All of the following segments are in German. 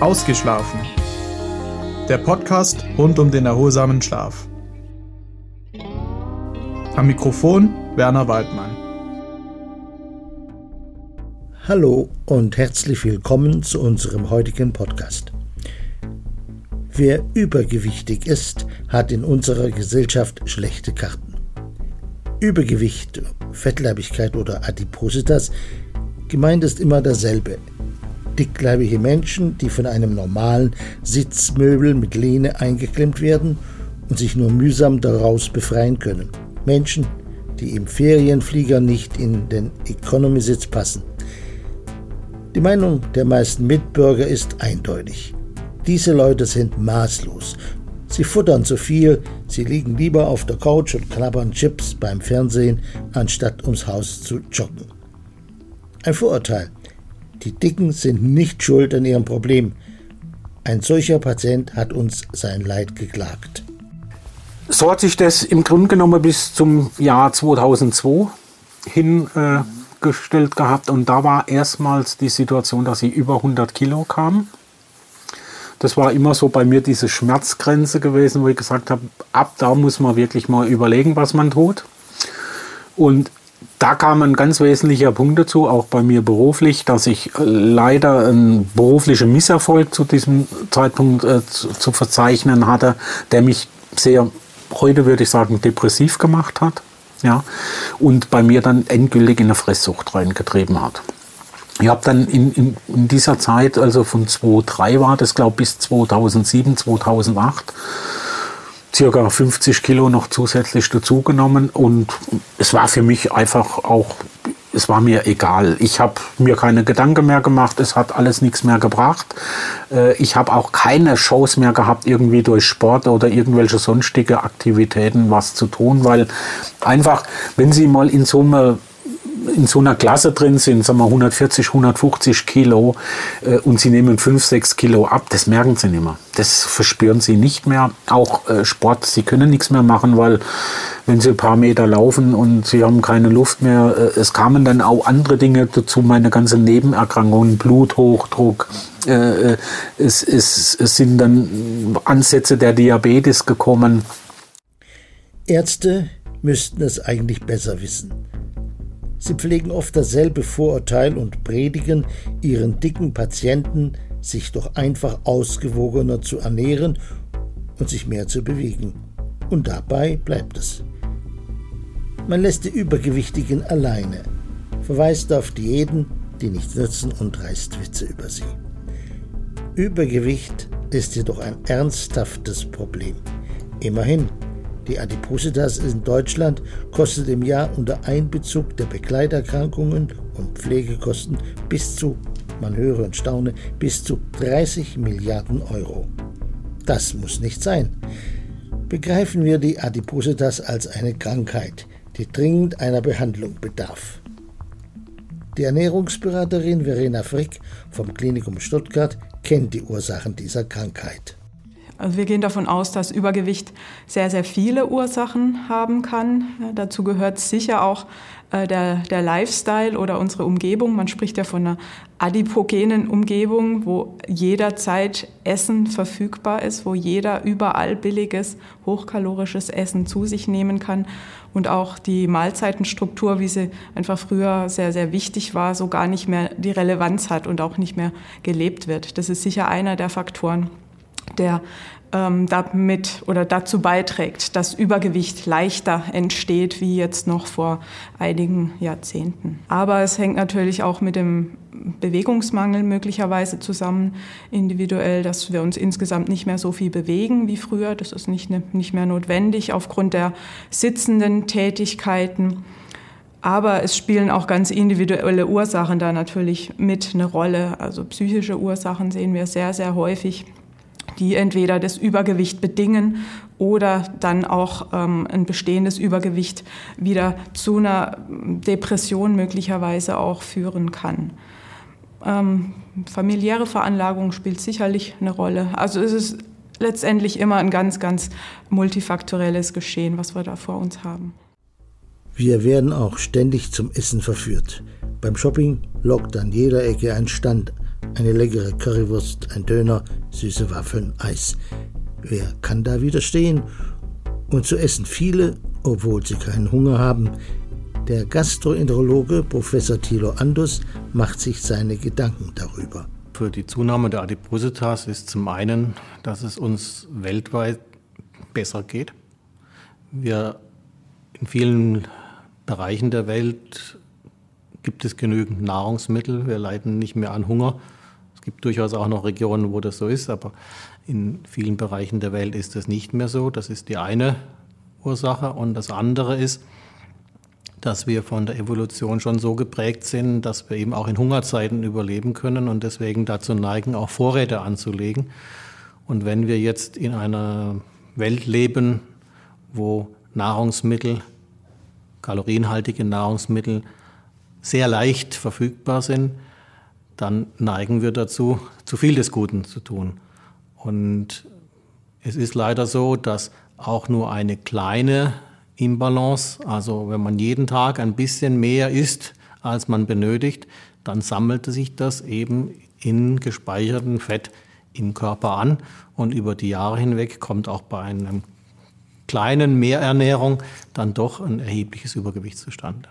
Ausgeschlafen. Der Podcast rund um den erholsamen Schlaf. Am Mikrofon Werner Waldmann. Hallo und herzlich willkommen zu unserem heutigen Podcast. Wer übergewichtig ist, hat in unserer Gesellschaft schlechte Karten. Übergewicht, Fettleibigkeit oder Adipositas, gemeint ist immer dasselbe. Dickleibige Menschen, die von einem normalen Sitzmöbel mit Lehne eingeklemmt werden und sich nur mühsam daraus befreien können. Menschen, die im Ferienflieger nicht in den Economy-Sitz passen. Die Meinung der meisten Mitbürger ist eindeutig. Diese Leute sind maßlos. Sie futtern zu viel, sie liegen lieber auf der Couch und knabbern Chips beim Fernsehen, anstatt ums Haus zu joggen. Ein Vorurteil. Die Dicken sind nicht schuld an ihrem Problem. Ein solcher Patient hat uns sein Leid geklagt. So hat sich das im Grunde genommen bis zum Jahr 2002 hingestellt gehabt. Und da war erstmals die Situation, dass ich über 100 Kilo kam. Das war immer so bei mir diese Schmerzgrenze gewesen, wo ich gesagt habe, ab da muss man wirklich mal überlegen, was man tut. Und da kam ein ganz wesentlicher Punkt dazu, auch bei mir beruflich, dass ich leider einen beruflichen Misserfolg zu diesem Zeitpunkt zu verzeichnen hatte, der mich sehr, heute würde ich sagen, depressiv gemacht hat, ja, und bei mir dann endgültig in eine Fresssucht reingetrieben hat. Ich habe dann in dieser Zeit, also von 2003 war das, glaube ich, bis 2007, 2008, circa 50 Kilo noch zusätzlich dazugenommen und es war für mich einfach auch, es war mir egal. Ich habe mir keine Gedanken mehr gemacht, es hat alles nichts mehr gebracht. Ich habe auch keine Chance mehr gehabt, irgendwie durch Sport oder irgendwelche sonstige Aktivitäten was zu tun, weil einfach, wenn Sie mal in so einer Klasse drin sind, sagen wir 140, 150 Kilo und sie nehmen 5, 6 Kilo ab, das merken sie nicht mehr. Das verspüren sie nicht mehr. Auch Sport, sie können nichts mehr machen, weil wenn sie ein paar Meter laufen und sie haben keine Luft mehr, es kamen dann auch andere Dinge dazu, meine ganzen Nebenerkrankungen, Bluthochdruck, es sind dann Ansätze der Diabetes gekommen. Ärzte müssten es eigentlich besser wissen. Sie pflegen oft dasselbe Vorurteil und predigen ihren dicken Patienten, sich doch einfach ausgewogener zu ernähren und sich mehr zu bewegen. Und dabei bleibt es. Man lässt die Übergewichtigen alleine, verweist auf Diäten, die nichts nützen und reißt Witze über sie. Übergewicht ist jedoch ein ernsthaftes Problem. Immerhin. Die Adipositas in Deutschland kostet im Jahr unter Einbezug der Begleiterkrankungen und Pflegekosten bis zu, man höre und staune, bis zu 30 Milliarden Euro. Das muss nicht sein. Begreifen wir die Adipositas als eine Krankheit, die dringend einer Behandlung bedarf. Die Ernährungsberaterin Verena Frick vom Klinikum Stuttgart kennt die Ursachen dieser Krankheit. Also wir gehen davon aus, dass Übergewicht sehr, sehr viele Ursachen haben kann. Ja, dazu gehört sicher auch der Lifestyle oder unsere Umgebung. Man spricht ja von einer adipogenen Umgebung, wo jederzeit Essen verfügbar ist, wo jeder überall billiges, hochkalorisches Essen zu sich nehmen kann und auch die Mahlzeitenstruktur, wie sie einfach früher sehr, sehr wichtig war, so gar nicht mehr die Relevanz hat und auch nicht mehr gelebt wird. Das ist sicher einer der Faktoren, der damit oder dazu beiträgt, dass Übergewicht leichter entsteht, wie jetzt noch vor einigen Jahrzehnten. Aber es hängt natürlich auch mit dem Bewegungsmangel möglicherweise zusammen, individuell, dass wir uns insgesamt nicht mehr so viel bewegen wie früher. Das ist nicht mehr notwendig aufgrund der sitzenden Tätigkeiten. Aber es spielen auch ganz individuelle Ursachen da natürlich mit eine Rolle. Also psychische Ursachen sehen wir sehr, sehr häufig, die entweder das Übergewicht bedingen oder dann auch ein bestehendes Übergewicht wieder zu einer Depression möglicherweise auch führen kann. Familiäre Veranlagung spielt sicherlich eine Rolle. Also es ist letztendlich immer ein ganz, ganz multifaktorielles Geschehen, was wir da vor uns haben. Wir werden auch ständig zum Essen verführt. Beim Shopping lockt an jeder Ecke ein Stand Eine leckere Currywurst, ein Döner, süße Waffeln, Eis. Wer kann da widerstehen? Und so essen viele, obwohl sie keinen Hunger haben. Der Gastroenterologe Professor Thilo Andus macht sich seine Gedanken darüber. Für die Zunahme der Adipositas ist zum einen, dass es uns weltweit besser geht. In vielen Bereichen der Welt gibt es genügend Nahrungsmittel. Wir leiden nicht mehr an Hunger. Es gibt durchaus auch noch Regionen, wo das so ist, aber in vielen Bereichen der Welt ist das nicht mehr so. Das ist die eine Ursache. Und das andere ist, dass wir von der Evolution schon so geprägt sind, dass wir eben auch in Hungerzeiten überleben können und deswegen dazu neigen, auch Vorräte anzulegen. Und wenn wir jetzt in einer Welt leben, wo Nahrungsmittel, kalorienhaltige Nahrungsmittel sehr leicht verfügbar sind, dann neigen wir dazu, zu viel des Guten zu tun. Und es ist leider so, dass auch nur eine kleine Imbalance, also wenn man jeden Tag ein bisschen mehr isst, als man benötigt, dann sammelt sich das eben in gespeichertem Fett im Körper an und über die Jahre hinweg kommt auch bei einer kleinen Mehrernährung dann doch ein erhebliches Übergewicht zustande.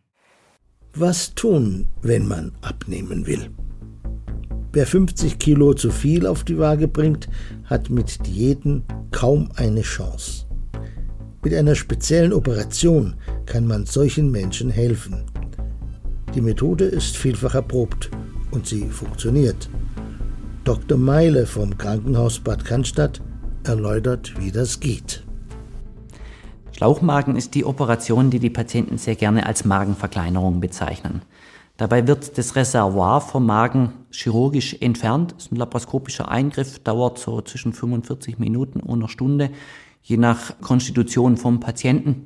Was tun, wenn man abnehmen will? Wer 50 Kilo zu viel auf die Waage bringt, hat mit Diäten kaum eine Chance. Mit einer speziellen Operation kann man solchen Menschen helfen. Die Methode ist vielfach erprobt und sie funktioniert. Dr. Meile vom Krankenhaus Bad Cannstatt erläutert, wie das geht. Schlauchmagen ist die Operation, die die Patienten sehr gerne als Magenverkleinerung bezeichnen. Dabei wird das Reservoir vom Magen chirurgisch entfernt. Das ist ein laparoskopischer Eingriff, dauert so zwischen 45 Minuten und einer Stunde, je nach Konstitution vom Patienten,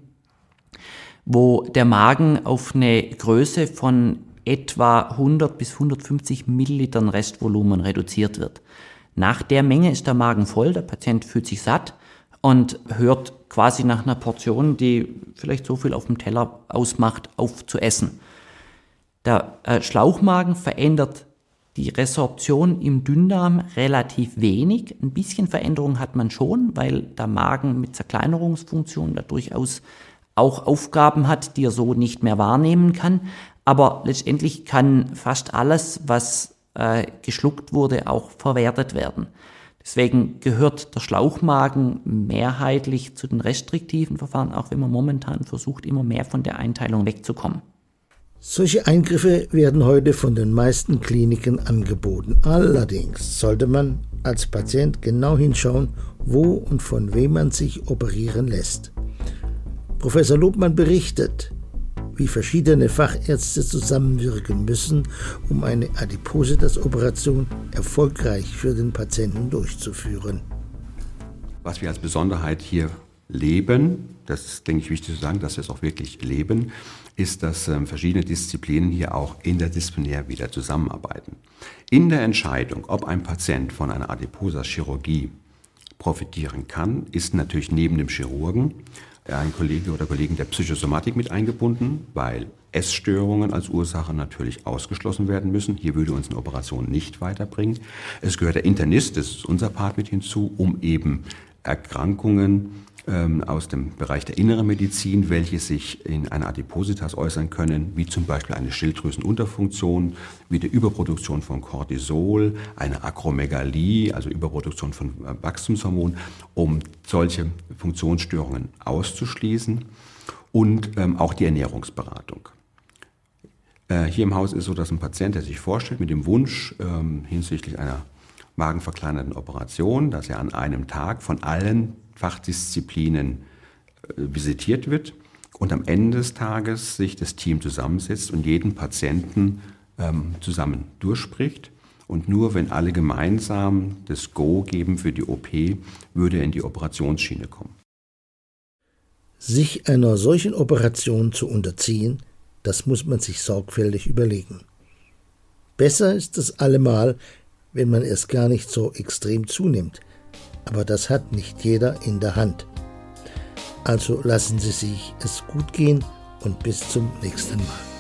wo der Magen auf eine Größe von etwa 100 bis 150 Millilitern Restvolumen reduziert wird. Nach der Menge ist der Magen voll, der Patient fühlt sich satt und hört quasi nach einer Portion, die vielleicht so viel auf dem Teller ausmacht, auf zu essen. Der Schlauchmagen verändert die Resorption im Dünndarm relativ wenig. Ein bisschen Veränderung hat man schon, weil der Magen mit Zerkleinerungsfunktion da durchaus auch Aufgaben hat, die er so nicht mehr wahrnehmen kann. Aber letztendlich kann fast alles, was geschluckt wurde, auch verwertet werden. Deswegen gehört der Schlauchmagen mehrheitlich zu den restriktiven Verfahren, auch wenn man momentan versucht, immer mehr von der Einteilung wegzukommen. Solche Eingriffe werden heute von den meisten Kliniken angeboten. Allerdings sollte man als Patient genau hinschauen, wo und von wem man sich operieren lässt. Professor Lobmann berichtet, wie verschiedene Fachärzte zusammenwirken müssen, um eine Adipositas-Operation erfolgreich für den Patienten durchzuführen. Was wir als Besonderheit hier leben, das ist, denke ich, wichtig zu sagen, dass wir es auch wirklich leben, ist, dass verschiedene Disziplinen hier auch interdisziplinär wieder zusammenarbeiten. In der Entscheidung, ob ein Patient von einer Adipositas-Chirurgie profitieren kann, ist natürlich neben dem Chirurgen ein Kollege oder Kollegen der Psychosomatik mit eingebunden, weil Essstörungen als Ursache natürlich ausgeschlossen werden müssen. Hier würde uns eine Operation nicht weiterbringen. Es gehört der Internist, das ist unser Part, mit hinzu, um eben Erkrankungen aus dem Bereich der inneren Medizin, welche sich in einer Adipositas äußern können, wie zum Beispiel eine Schilddrüsenunterfunktion, wie die Überproduktion von Cortisol, eine Akromegalie, also Überproduktion von Wachstumshormonen, um solche Funktionsstörungen auszuschließen und auch die Ernährungsberatung. Hier im Haus ist es so, dass ein Patient, der sich vorstellt mit dem Wunsch hinsichtlich einer magenverkleinernden Operation, dass er an einem Tag von allen Fachdisziplinen visitiert wird und am Ende des Tages sich das Team zusammensetzt und jeden Patienten zusammen durchspricht. Und nur wenn alle gemeinsam das Go geben für die OP, würde er in die Operationsschiene kommen. Sich einer solchen Operation zu unterziehen, das muss man sich sorgfältig überlegen. Besser ist es allemal, wenn man es gar nicht so extrem zunimmt. Aber das hat nicht jeder in der Hand. Also lassen Sie sich es gut gehen und bis zum nächsten Mal.